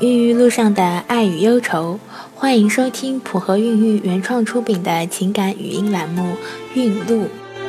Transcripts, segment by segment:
孕育路上的爱与忧愁，欢迎收听普和孕育原创出品的情感语音栏目《孕路》。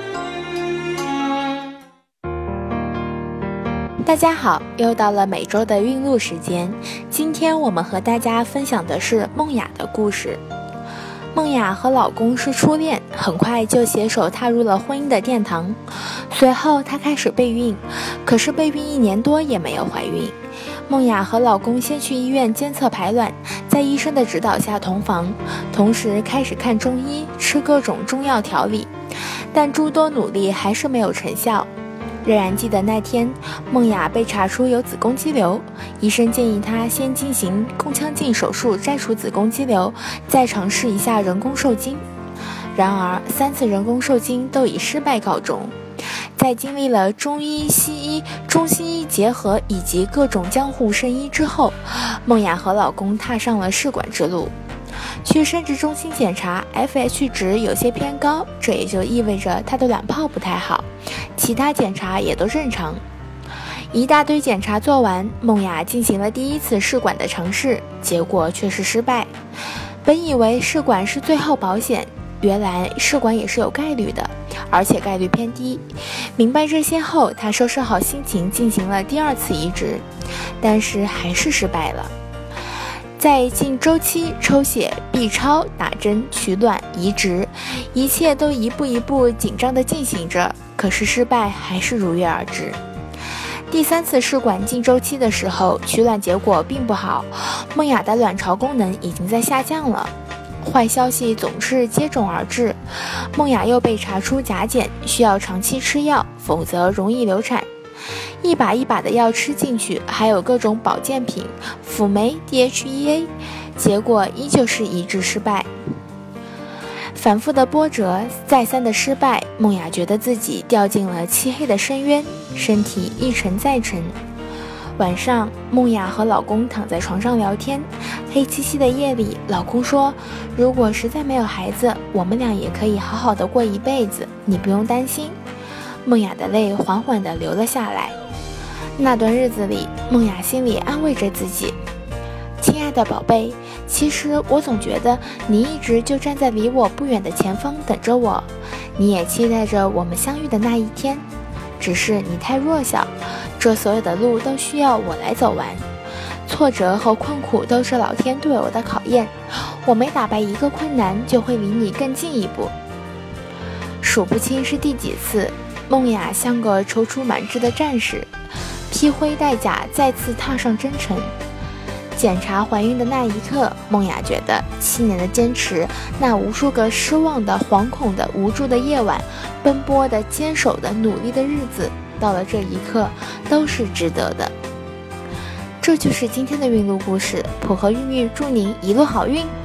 大家好，又到了每周的孕路时间。今天我们和大家分享的是梦雅的故事。梦雅和老公是初恋，很快就携手踏入了婚姻的殿堂。随后她开始备孕，可是备孕1年多也没有怀孕。梦雅和老公先去医院监测排卵，在医生的指导下同房，同时开始看中医，吃各种中药调理，但诸多努力还是没有成效。仍然记得那天，梦雅被查出有子宫肌瘤，医生建议她先进行宫腔镜手术摘除子宫肌瘤，再尝试一下人工受精。然而3次人工受精都以失败告终。在经历了中医、西医、中西医结合以及各种江湖圣医之后，梦雅和老公踏上了试管之路。去生殖中心检查 FH 值有些偏高，这也就意味着她的卵泡不太好，其他检查也都正常。一大堆检查做完，梦雅进行了第1次试管的尝试，结果却是失败。本以为试管是最后保险，原来试管也是有概率的，而且概率偏低。明白这些后，她收拾好心情进行了第2次移植，但是还是失败了。在近周期、抽血、B 超、打针、取卵、移植，一切都一步一步紧张地进行着，可是失败还是如约而至。第3次试管近周期的时候，取卵结果并不好，梦雅的卵巢功能已经在下降了。坏消息总是接踵而至，梦雅又被查出甲减，需要长期吃药，否则容易流产。一把一把的药吃进去，还有各种保健品、辅酶、DHEA， 结果依旧是移植失败。反复的波折，再三的失败，梦雅觉得自己掉进了漆黑的深渊，身体一沉再沉。晚上，梦雅和老公躺在床上聊天，黑漆漆的夜里，老公说，如果实在没有孩子，我们俩也可以好好的过一辈子，你不用担心。梦雅的泪缓缓地流了下来。那段日子里，梦雅心里安慰着自己，亲爱的宝贝，其实我总觉得你一直就站在离我不远的前方等着我，你也期待着我们相遇的那一天，只是你太弱小，这所有的路都需要我来走完。挫折和困苦都是老天对我的考验，我每打败一个困难，就会离你更近一步。数不清是第几次，梦雅像个踌躇满志的战士，披盔戴甲再次踏上征程。检查怀孕的那一刻，梦雅觉得7年的坚持，那无数个失望的、惶恐的、无助的夜晚，奔波的、坚守的、努力的日子，到了这一刻都是值得的。这就是今天的孕路故事，普和孕育祝您一路好运。